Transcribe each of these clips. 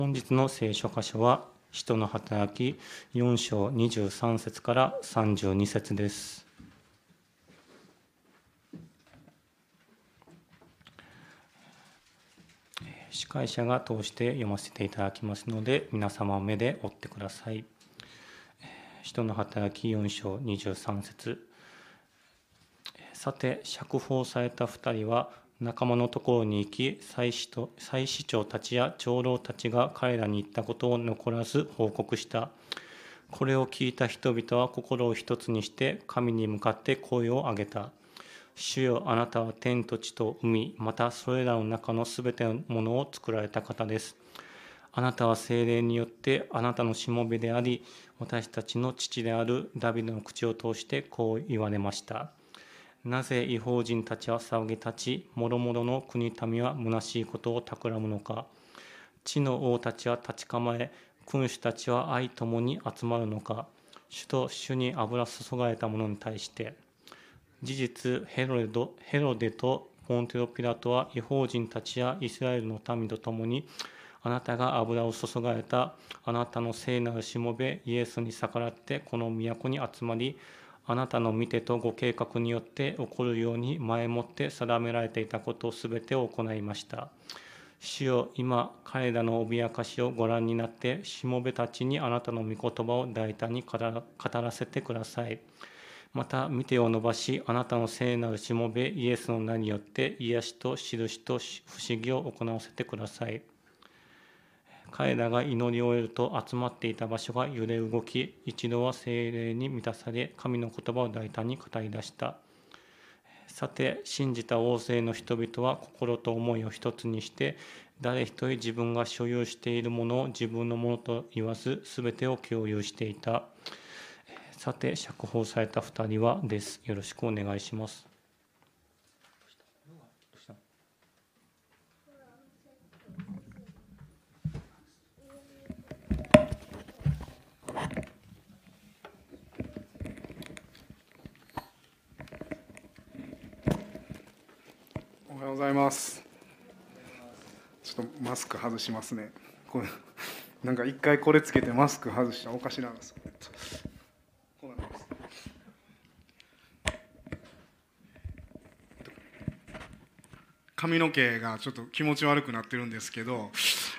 本日の聖書箇所は、使徒の働き4章23節から32節です。司会者が通して読ませていただきますので、皆様目で追ってください。使徒の働き4章23節。さて、釈放された2人は、仲間のところに行き、祭司長たちや長老たちが彼らに言ったことを残らず報告した。これを聞いた人々は心を一つにして神に向かって声を上げた。主よ、あなたは天と地と海、またそれらの中のすべてのものを作られた方です。あなたは聖霊によってあなたのしもべであり、私たちの父であるダビデの口を通してこう言われました。なぜ異邦人たちは騒ぎ立ち、もろもろの国民は虚しいことを企むのか。地の王たちは立ち構え、君主たちは愛ともに集まるのか。主と主に油注がれた者に対して。事実、ヘロデとポンテオピラトは異邦人たちやイスラエルの民と共に、あなたが油を注がれたあなたの聖なるしもべイエスに逆らってこの都に集まり、あなたの御手とご計画によって起こるように前もって定められていたことすべてを行いました。主よ、今彼らの脅かしをご覧になって、しもべたちにあなたの御言葉を大胆に語らせてください。また、御手を伸ばし、あなたの聖なるしもべイエスの名によって癒しと印と不思議を行わせてください。彼らが祈り終えると集まっていた場所が揺れ動き、一度は聖霊に満たされ、神の言葉を大胆に語り出した。さて、信じた大勢の人々は心と思いを一つにして、誰一人自分が所有しているものを自分のものと言わず、すべてを共有していた。さて、釈放された2人はです。よろしくお願いします。 おはようございます。ちょっとマスク外しますね。なんか一回これつけてマスク外したらおかしなるんです。こうなります。髪の毛がちょっと気持ち悪くなってるんですけど、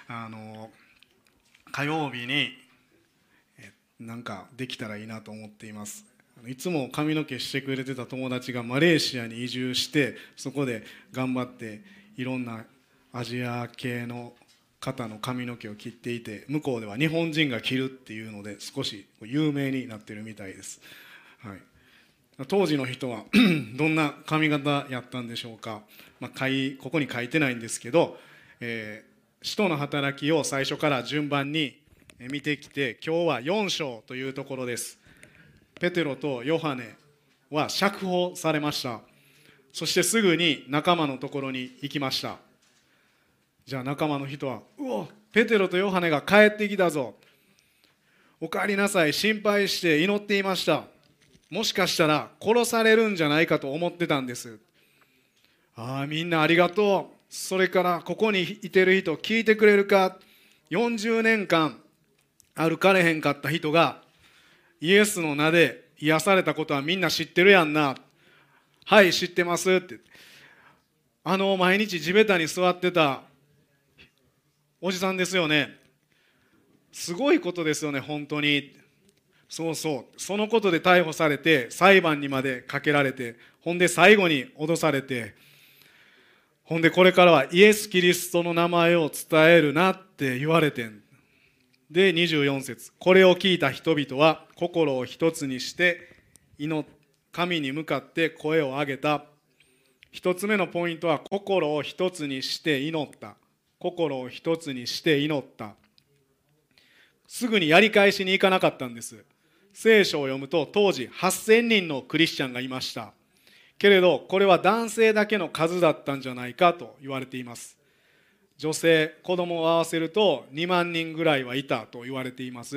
火曜日になんかできたらいいなと思っています。いつも髪の毛してくれてた友達がマレーシアに移住して、そこで頑張っていろんなアジア系の方の髪の毛を切っていて、向こうでは日本人が切るっていうので少し有名になってるみたいです。はい、当時の人はどんな髪型やったんでしょうか。ここに書いてないんですけど、使徒の働きを最初から順番に見てきて、今日は4章というところです。ペテロとヨハネは釈放されました。そしてすぐに仲間のところに行きました。じゃあ仲間の人は、うお、ペテロとヨハネが帰ってきたぞ、お帰りなさい、心配して祈っていました。もしかしたら殺されるんじゃないかと思ってたんです。みんなありがとう。それからここにいてる人聞いてくれるか。40年間歩かれへんかった人がイエスの名で癒されたことはみんな知ってるやんな。はい、知ってますって。毎日地べたに座ってたおじさんですよね。すごいことですよね、本当に。そうそう、そのことで逮捕されて裁判にまでかけられて、ほんで最後に脅されて、ほんでこれからはイエス・キリストの名前を伝えるなって言われてんで、24節、これを聞いた人々は心を一つにして神に向かって声を上げた。一つ目のポイントは、心を一つにして祈った。心を一つにして祈った。すぐにやり返しに行かなかったんです。聖書を読むと、当時8000人のクリスチャンがいました。けれどこれは男性だけの数だったんじゃないかと言われています。女性、子供を合わせると2万人ぐらいはいたと言われています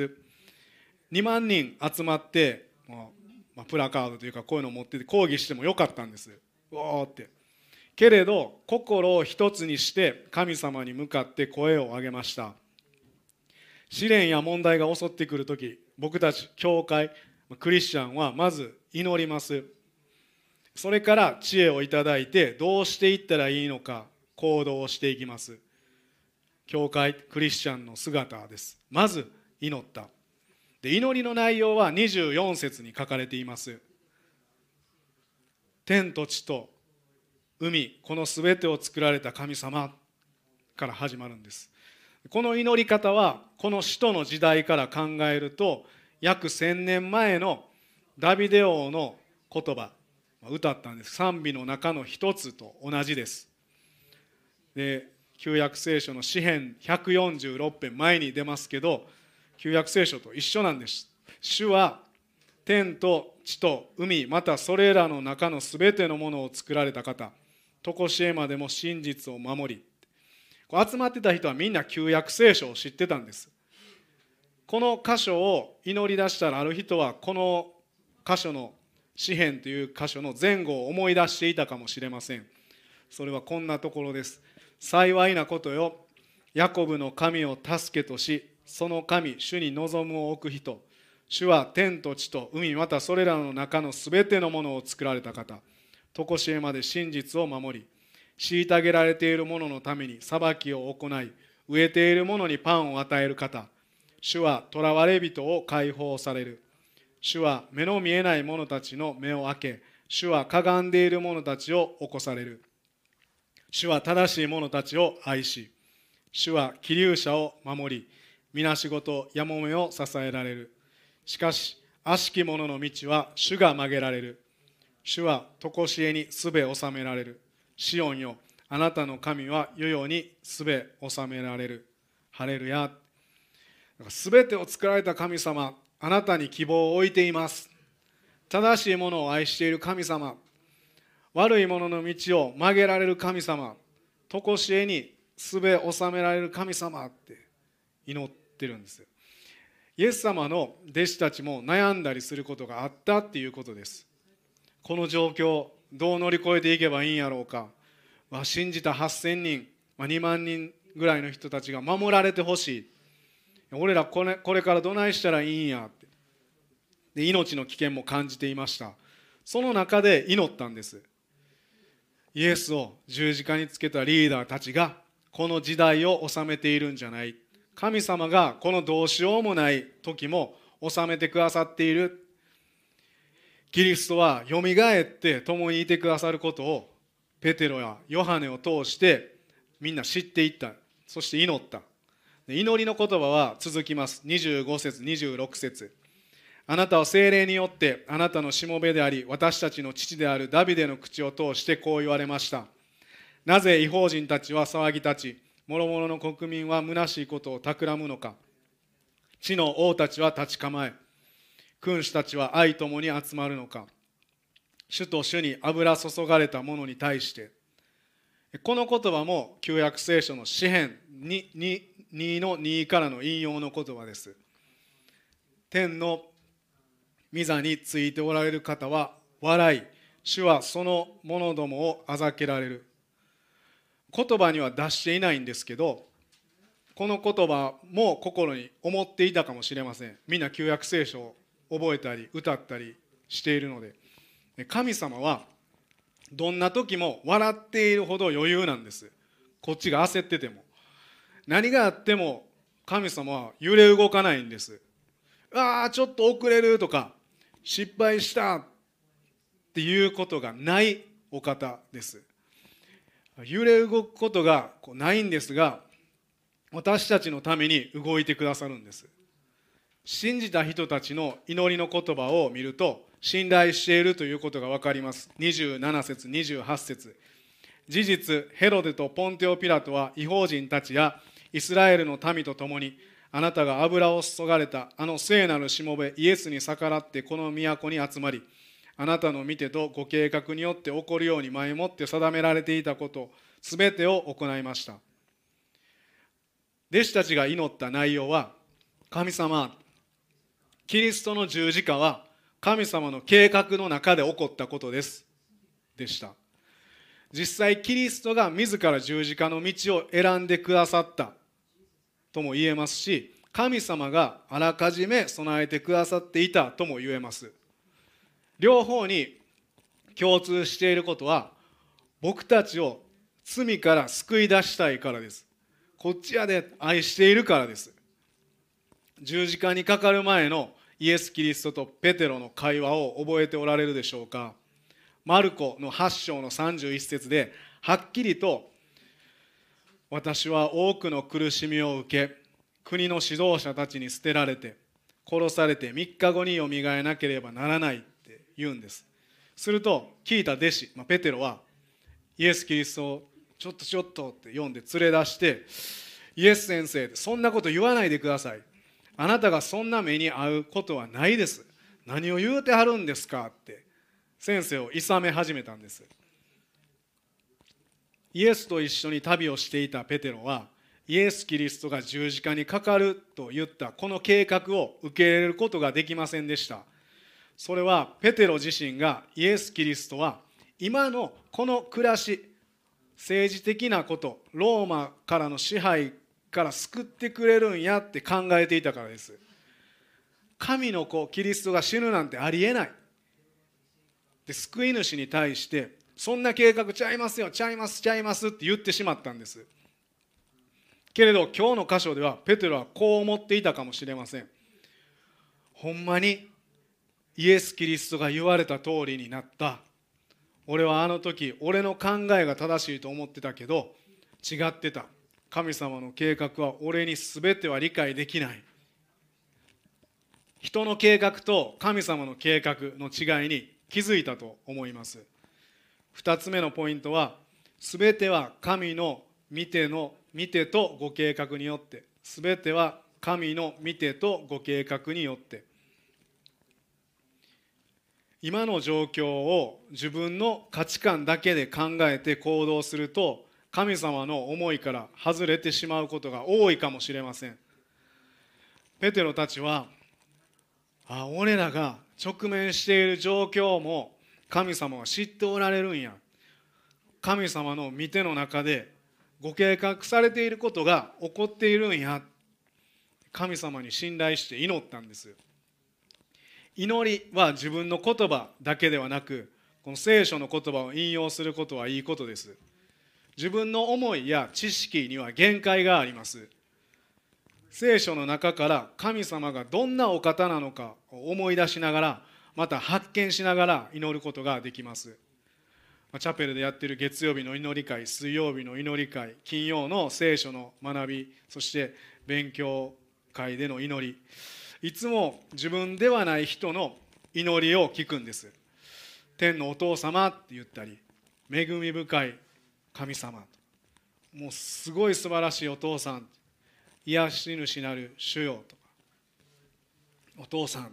。2万人集まって、プラカードというかこういうのを持ってて抗議してもよかったんです。うおーって。けれど心を一つにして神様に向かって声を上げました。 試練や問題が襲ってくるとき、僕たち教会クリスチャンはまず祈ります。それから知恵をいただいてどうしていったらいいのか行動をしていきます。教会クリスチャンの姿です。まず祈った。で、祈りの内容は24節に書かれています。天と地と海、このすべてを作られた神様から始まるんです。この祈り方はこの使徒の時代から考えると約1000年前のダビデ王の言葉、歌ったんです。賛美の中の一つと同じです。で、旧約聖書の詩編146編前に出ますけど、旧約聖書と一緒なんです。主は天と地と海、またそれらの中のすべてのものを作られた方、常しえまでも真実を守り。集まってた人はみんな旧約聖書を知ってたんです。この箇所を祈り出したら、ある人はこの箇所の詩編という箇所の前後を思い出していたかもしれません。それはこんなところです。幸いなことよ、ヤコブの神を助けとし、その神主に望むを置く人。主は天と地と海、またそれらの中のすべてのものを作られた方。常しえまで真実を守り、虐げられている者のために裁きを行い、飢えている者にパンを与える方。主は囚われ人を解放される。主は目の見えない者たちの目を開け、主はかがんでいる者たちを起こされる。主は正しい者たちを愛し、主は希留者を守り、みなしごとやもめを支えられる。しかし悪しき者の道は主が曲げられる。主は常しえにすべ収められる。シオンよ、あなたの神は世々にすべ収められる。ハレルヤ。すべてを作られた神様、あなたに希望を置いています。正しいものを愛している神様、悪いものの道を曲げられる神様、常しえにすべ収められる神様って祈ってるんですよ。イエス様の弟子たちも悩んだりすることがあったっていうことです。この状況どう乗り越えていけばいいんやろうか。信じた8000人、2万人ぐらいの人たちが守られてほしい。俺らこれからどないしたらいいんやって。で、命の危険も感じていました。その中で祈ったんです。イエスを十字架につけたリーダーたちがこの時代を治めているんじゃない。神様がこのどうしようもない時も治めてくださっている。キリストはよみがえって共にいてくださることをペテロやヨハネを通してみんな知っていった。そして祈った。祈りの言葉は続きます。25節26節。あなたは聖霊によってあなたのしもべであり私たちの父であるダビデの口を通してこう言われました。なぜ異邦人たちは騒ぎ立ち、諸々の国民は虚しいことを企むのか。地の王たちは立ち構え、君主たちは愛ともに集まるのか。主と主に油注がれた者に対して。この言葉も旧約聖書の詩編2の2からの引用の言葉です。天の御座についておられる方は笑い、主はその者どもをあざけられる。言葉には出していないんですけど、この言葉も心に思っていたかもしれません。みんな旧約聖書を覚えたり歌ったりしているので、神様はどんな時も笑っているほど余裕なんです。こっちが焦ってても。何があっても神様は揺れ動かないんです。ちょっと遅れるとか失敗したっていうことがないお方です。揺れ動くことがないんですが、私たちのために動いてくださるんです。信じた人たちの祈りの言葉を見ると信頼しているということが分かります。27節28節。事実ヘロデとポンテオピラトは異邦人たちやイスラエルの民と共にあなたが油を注がれたあの聖なるしもべイエスに逆らってこの都に集まり、あなたの見てとご計画によって起こるように前もって定められていたことすべてを行いました。弟子たちが祈った内容は、神様、キリストの十字架は神様の計画の中で起こったことですでした。実際キリストが自ら十字架の道を選んでくださったとも言えますし、 神様があらかじめ備えてくださっていたとも言えます。両方に共通していることは、僕たちを罪から救い出したいからです。こっちやで愛しているからです。十字架にかかる前のイエス・キリストとペテロの会話を覚えておられるでしょうか。マルコの8章の31節ではっきりと、私は多くの苦しみを受け、国の指導者たちに捨てられて殺されて3日後によみがえなければならないって言うんです。すると聞いた弟子、ペテロはイエス・キリストをちょっとって読んで連れ出して、イエス先生、そんなこと言わないでください。あなたがそんな目に遭うことはないです。何を言うてはるんですかって先生を諌め始めたんです。イエスと一緒に旅をしていたペテロは、イエス・キリストが十字架にかかると言ったこの計画を受け入れることができませんでした。それはペテロ自身が、イエス・キリストは今のこの暮らし、政治的なこと、ローマからの支配から救ってくれるんやって考えていたからです。神の子キリストが死ぬなんてありえないで、救い主に対してそんな計画ちゃいますよ、ちゃいますって言ってしまったんです。けれど今日の箇所ではペテロはこう思っていたかもしれません。ほんまにイエス・キリストが言われた通りになった。俺はあの時俺の考えが正しいと思ってたけど違ってた。神様の計画は俺に全ては理解できない。人の計画と神様の計画の違いに気づいたと思います。2つ目のポイントは、全ては神の見てとご計画によって、全ては神の見てとご計画によって。今の状況を自分の価値観だけで考えて行動すると、神様の思いから外れてしまうことが多いかもしれません。ペテロたちは、俺らが直面している状況も神様は知っておられるんや。神様の御手の中でご計画されていることが起こっているんや。神様に信頼して祈ったんです。祈りは自分の言葉だけではなく、この聖書の言葉を引用することはいいことです。自分の思いや知識には限界があります。聖書の中から神様がどんなお方なのかを思い出しながら、また発見しながら祈ることができます。チャペルでやっている月曜日の祈り会、水曜日の祈り会、金曜の聖書の学び、そして勉強会での祈り、いつも自分ではない人の祈りを聞くんです。天のお父様って言ったり、恵み深い神様、もうすごい素晴らしいお父さん、癒し主なる主よとか、お父さんって、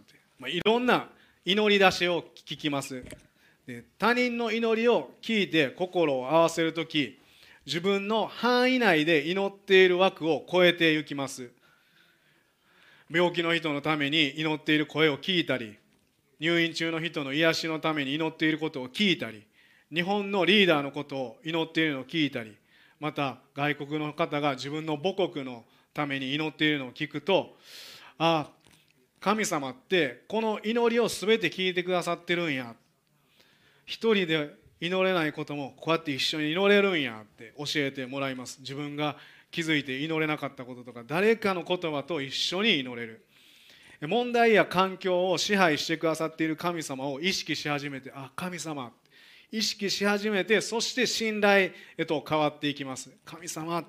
いろんな祈り出しを聞きます。で、他人の祈りを聞いて心を合わせるとき、自分の範囲内で祈っている枠を超えていきます。病気の人のために祈っている声を聞いたり、入院中の人の癒しのために祈っていることを聞いたり、日本のリーダーのことを祈っているのを聞いたり、また外国の方が自分の母国のために祈っているのを聞くと、神様ってこの祈りを全て聞いてくださってるんや、一人で祈れないこともこうやって一緒に祈れるんやって教えてもらいます。自分が気づいて祈れなかったこととか、誰かの言葉と一緒に祈れる。問題や環境を支配してくださっている神様を意識し始めて、神様意識し始めて、そして信頼へと変わっていきます。神様。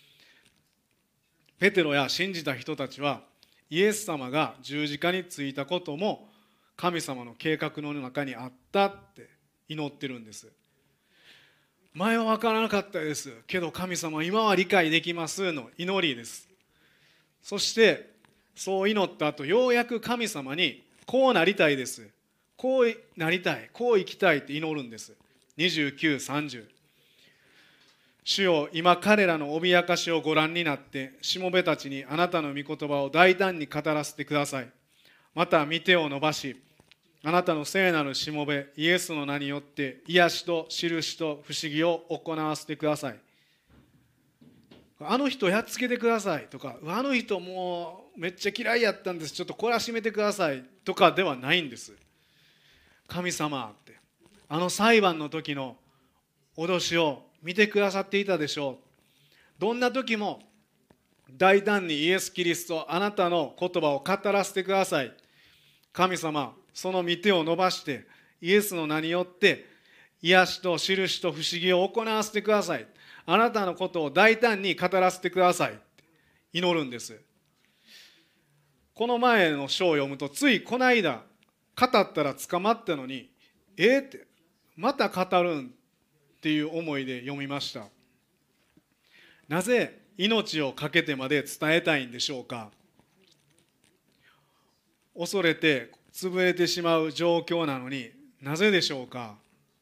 ペテロや信じた人たちはイエス様が十字架についたことも神様の計画の中にあったって祈ってるんです。前は分からなかったですけど神様今は理解できますの祈りです。そしてそう祈った後、ようやく神様にこうなりたいです、こうなりたい、こう生きたいって祈るんです。29、30、主よ、今彼らの脅かしをご覧になってしもべたちにあなたの御言葉を大胆に語らせてください。また御手を伸ばし、あなたの聖なるしもべイエスの名によって癒しと印と不思議を行わせてください。 あの人やっつけてくださいとか、あの人もうめっちゃ嫌いやったんです、ちょっと懲らしめてくださいとかではないんです。神様って、あの裁判の時の脅しを見てくださっていたでしょう。どんな時も大胆にイエス・キリスト、あなたの言葉を語らせてください。神様、その御手を伸ばしてイエスの名によって癒しと印と不思議を行わせてください。あなたのことを大胆に語らせてくださいって祈るんです。この前の書を読むと、ついこの間語ったら捕まったのにってまた語るんっていう思いで読みました。なぜ命を懸けてまで伝えたいんでしょうか。恐れて潰れてしまう状況なのになぜでしょうか。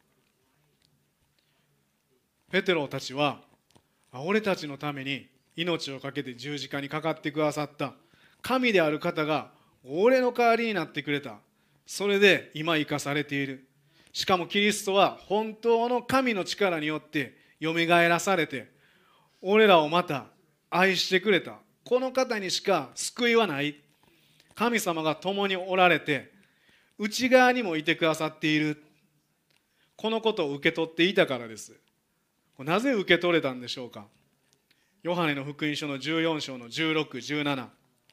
ペテロたちは、俺たちのために命を懸けて十字架にかかってくださった神である方が俺の代わりになってくれた。それで今生かされている。しかもキリストは本当の神の力によってよみがえらされて、俺らをまた愛してくれた。この方にしか救いはない。神様が共におられて内側にもいてくださっている。このことを受け取っていたからです。なぜ受け取れたんでしょうか。ヨハネの福音書の14章の16、17。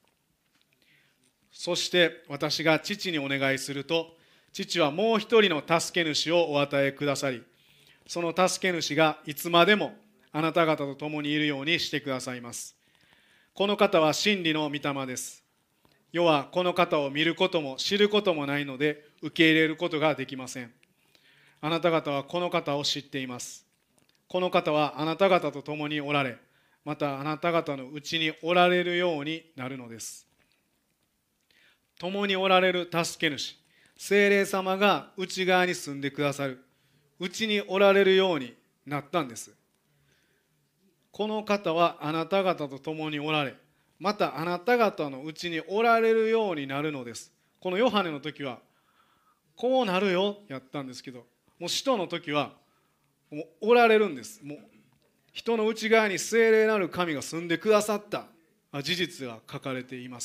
そして私が父にお願いすると、父はもう一人の助け主をお与えくださり、その助け主がいつまでもあなた方と共にいるようにしてくださいます。この方は真理の御霊です。世はこの方を見ることも知ることもないので受け入れることができません。あなた方はこの方を知っています。この方はあなた方と共におられ、またあなた方のうちにおられるようになるのです。共におられる助け主、聖霊様が内側に住んでくださる、うちにおられるようになったんです。この方はあなた方と共におられ、またあなた方のうちにおられるようになるのです。このヨハネの時はこうなるよやったんですけど、もう使徒の時はもうおられるんです。もう人の内側に聖霊なる神が住んでくださった事実が書かれています。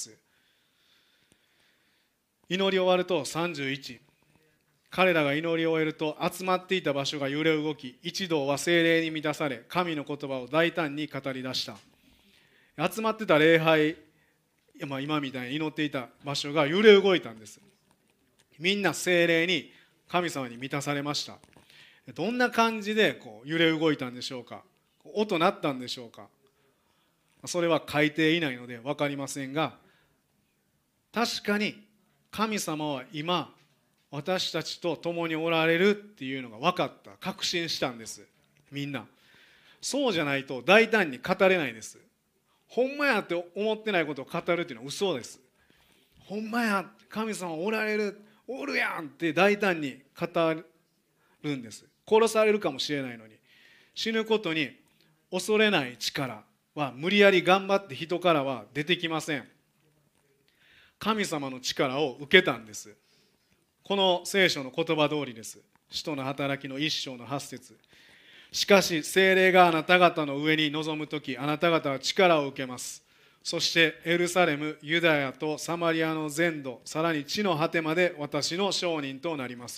祈り終わると31、彼らが祈り終えると集まっていた場所が揺れ動き、一同は聖霊に満たされ、神の言葉を大胆に語り出した。集まってた礼拝、今みたいに祈っていた場所が揺れ動いたんです。みんな聖霊に神様に満たされました。どんな感じで揺れ動いたんでしょうか。音鳴ったんでしょうか。それは書いていないので分かりませんが、確かに神様は今私たちと共におられるっていうのが分かった、確信したんです。みんなそうじゃないと大胆に語れないです。ほんまやって思ってないことを語るっていうのは嘘です。ほんまや、神様おられる、おるやんって大胆に語るんです。殺されるかもしれないのに、死ぬことに恐れない力は無理やり頑張って人からは出てきません。神様の力を受けたんです。この聖書の言葉通りです。使徒の働きの1章の8節。しかし聖霊があなた方の上に臨むとき、あなた方は力を受けます。そしてエルサレム、ユダヤとサマリアの全土、さらに地の果てまで私の証人となります。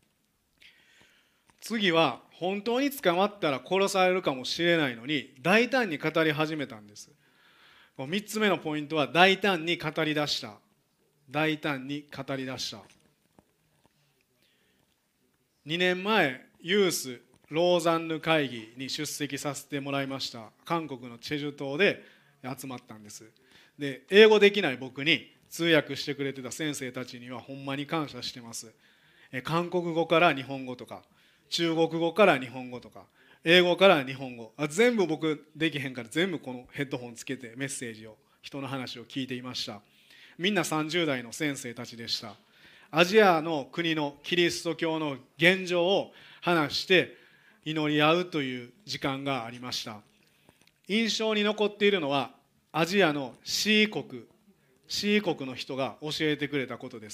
次は本当に捕まったら殺されるかもしれないのに大胆に語り始めたんです。3つ目のポイントは大胆に語り出した。大胆に語り出した。2年前ユースローザンヌ会議に出席させてもらいました。韓国のチェジュ島で集まったんです。で、英語できない僕に通訳してくれてた先生たちにはほんまに感謝してます。韓国語から日本語とか、中国語から日本語とか、英語から日本語、全部僕できへんから全部このヘッドホンつけてメッセージを、人の話を聞いていました。みんな30代の先生たちでした。アジアの国のキリスト教の現状を話して祈り合うという時間がありました。印象に残っているのはアジアのシー国の人が教えてくれたことです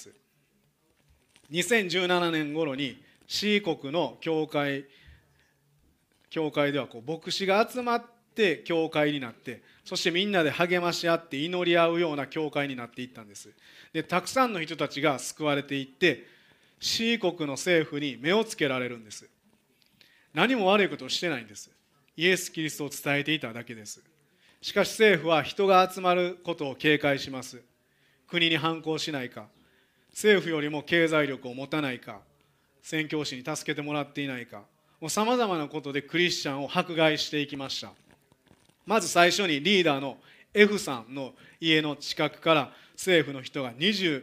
。2017年頃にシー国の教会では牧師が集まっって教会になって、そしてみんなで励まし合って祈り合うような教会になっていったんです。でたくさんの人たちが救われていって、 C 国の政府に目をつけられるんです。何も悪いことをしてないんです。イエス・キリストを伝えていただけです。しかし政府は人が集まることを警戒します。国に反抗しないか、政府よりも経済力を持たないか、宣教師に助けてもらっていないか、もうさまざまなことでクリスチャンを迫害していきました。まず最初にリーダーの F さんの家の近くから政府の人が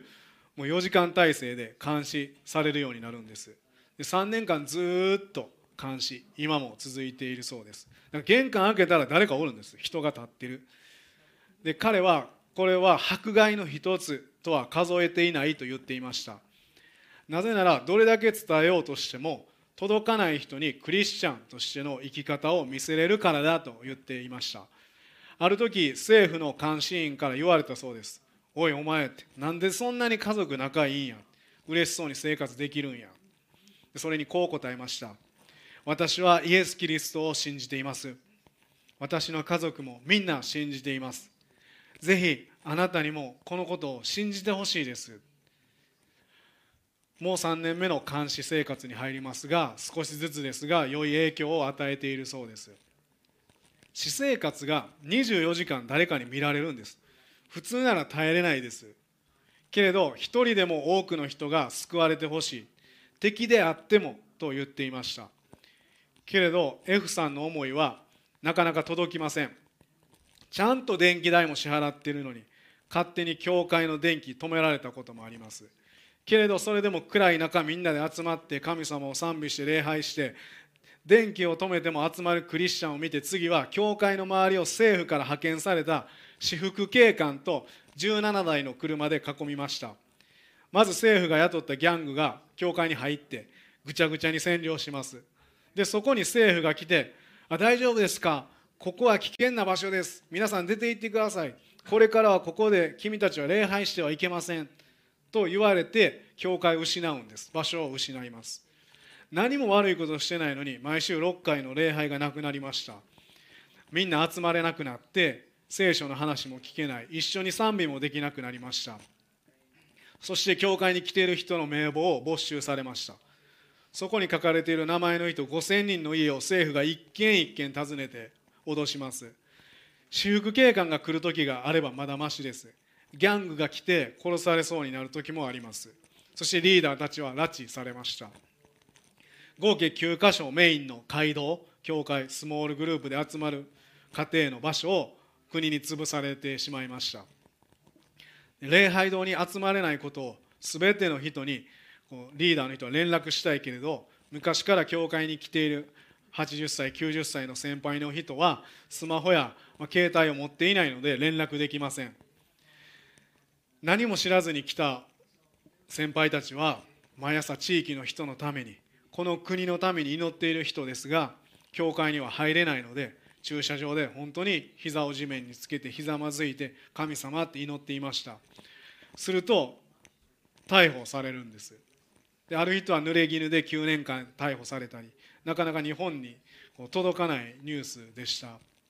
24時間体制で監視されるようになるんです。で3年間ずっと監視、今も続いているそうです。だから玄関開けたら誰かおるんです。人が立ってる。で彼はこれは迫害の一つとは数えていないと言っていました。なぜならどれだけ伝えようとしても届かない人にクリスチャンとしての生き方を見せれるからだと言っていました。ある時政府の監視員から言われたそうです。おいお前って、なんでそんなに家族仲いいんや、嬉しそうに生活できるんや。それにこう答えました。私はイエス・キリストを信じています。私の家族もみんな信じています。ぜひあなたにもこのことを信じてほしいです。もう3年目の監視生活に入りますが、少しずつですが良い影響を与えているそうです。私生活が24時間誰かに見られるんです。普通なら耐えれないです。けれど一人でも多くの人が救われてほしい、敵であってもと言っていました。けれど F さんの思いはなかなか届きません。ちゃんと電気代も支払っているのに勝手に教会の電気止められたこともあります。けれどそれでも暗い中みんなで集まって神様を賛美して礼拝して、電気を止めても集まるクリスチャンを見て、次は教会の周りを政府から派遣された私服警官と17台の車で囲みました。まず政府が雇ったギャングが教会に入ってぐちゃぐちゃに占領します。でそこに政府が来て、大丈夫ですか、ここは危険な場所です、皆さん出て行ってください、これからはここで君たちは礼拝してはいけませんと言われて、教会を失うんです。場所を失います。何も悪いことをしてないのに毎週6回の礼拝がなくなりました。みんな集まれなくなって聖書の話も聞けない、一緒に賛美もできなくなりました。そして教会に来ている人の名簿を没収されました。そこに書かれている名前の人5000人の家を政府が一軒一軒訪ねて脅します。私服警官が来る時があればまだましです。ギャングが来て殺されそうになる時もあります。そしてリーダーたちは拉致されました。合計9カ所メインの街道、教会、スモールグループで集まる家庭の場所を国に潰されてしまいました。礼拝堂に集まれないことを全ての人にリーダーの人は連絡したいけれど、昔から教会に来ている80歳90歳の先輩の人はスマホや携帯を持っていないので連絡できません。何も知らずに来た先輩たちは毎朝地域の人のために、この国のために祈っている人ですが、教会には入れないので駐車場で本当に膝を地面につけてひざまずいて神様って祈っていました。すると逮捕されるんです。である人は濡れ衣で9年間逮捕されたり、なかなか日本に届かないニュースでした。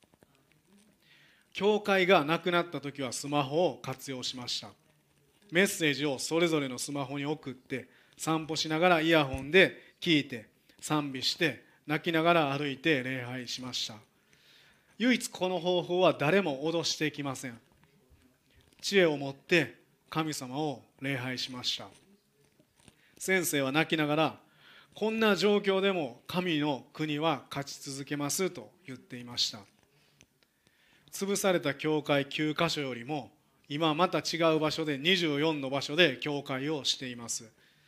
教会がなくなった時はスマホを活用しました。メッセージをそれぞれのスマホに送って散歩しながらイヤホンで聞いて賛美して泣きながら歩いて礼拝しました。唯一この方法は誰も脅してきません。知恵を持って神様を礼拝しました。先生は泣きながら、こんな状況でも神の国は勝ち続けますと言っていました。潰された教会9カ所よりも今また違う場所で24の場所で教会をしています。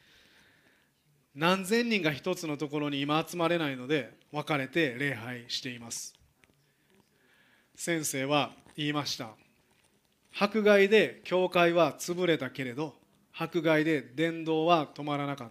何千人が一つのところに今集まれないので分かれて礼拝しています。先生は言いました。迫害で教会は潰れたけれど、迫害で伝道は止まらなかった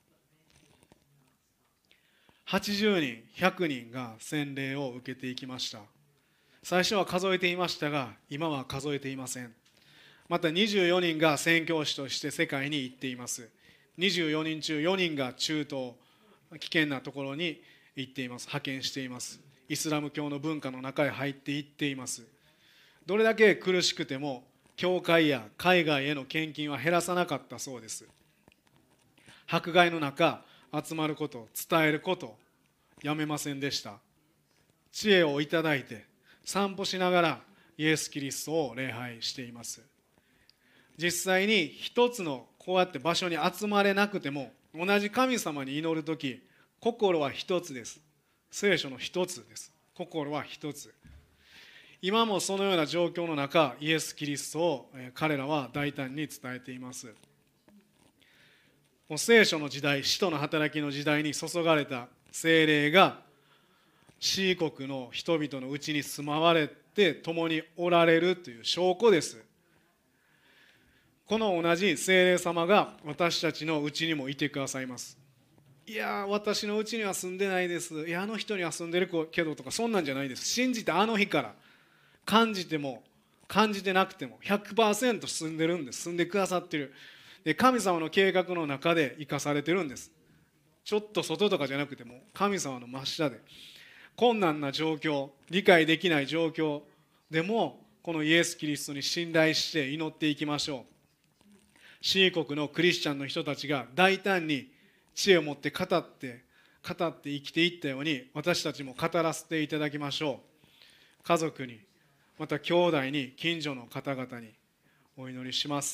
。80人100人が洗礼を受けていきました。最初は数えていましたが今は数えていません。また24人が宣教師として世界に行っています。24人中4人が中東危険なところに行っています。派遣しています。 イスラム教の文化の中へ入っていっています。どれだけ苦しくても教会や海外への献金は減らさなかったそうです。迫害の中、集まること、伝えることやめませんでした。知恵をいただいて散歩しながらイエス・キリストを礼拝しています。実際に一つのこうやって場所に集まれなくても、同じ神様に祈るとき、心は一つです。聖書の一つです。心は一つ。今もそのような状況の中、イエス・キリストを彼らは大胆に伝えています。もう聖書の時代、使徒の働きの時代に注がれた聖霊が四国の人々のうちに住まわれて共におられるという証拠です。この同じ聖霊様が私たちのうちにもいてくださいます。いや私のうちには住んでないです、いやあの人には住んでるけどとか、そんなんじゃないです。信じてあの日から感じても感じてなくても 100% 住んでるんです。住んでくださってる。で神様の計画の中で生かされてるんです。ちょっと外とかじゃなくても神様の真下で、困難な状況、理解できない状況でもこのイエス・キリストに信頼して祈っていきましょう。四国のクリスチャンの人たちが大胆に知恵を持って語って生きていったように、私たちも語らせていただきましょう。家族に、また兄弟に、近所の方々にお祈りします。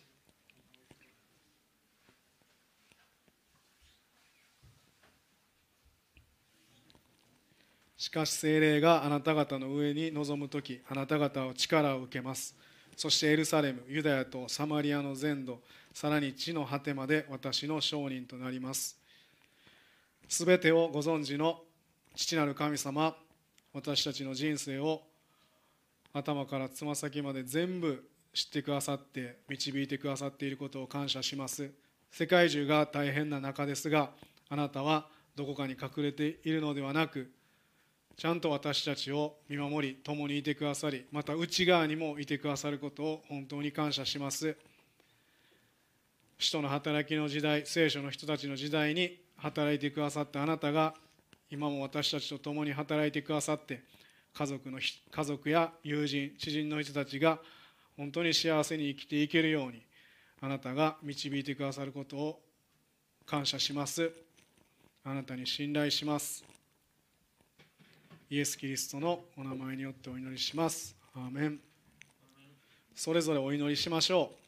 しかし聖霊があなた方の上に臨むとき、あなた方は力を受けます。そしてエルサレム、ユダヤとサマリアの全土、さらに地の果てまで私の証人となります。すべてをご存知の父なる神様、私たちの人生を頭からつま先まで全部知ってくださって導いてくださっていることを感謝します。世界中が大変な中ですが、あなたはどこかに隠れているのではなく、ちゃんと私たちを見守り共にいてくださり、また内側にもいてくださることを本当に感謝します。使徒の働きの時代、聖書の人たちの時代に働いてくださったあなたが今も私たちと共に働いてくださって、家族や友人、知人の人たちが本当に幸せに生きていけるようにあなたが導いてくださることを感謝します。あなたに信頼します。イエス・キリストのお名前によってお祈りします。アーメン。それぞれお祈りしましょう。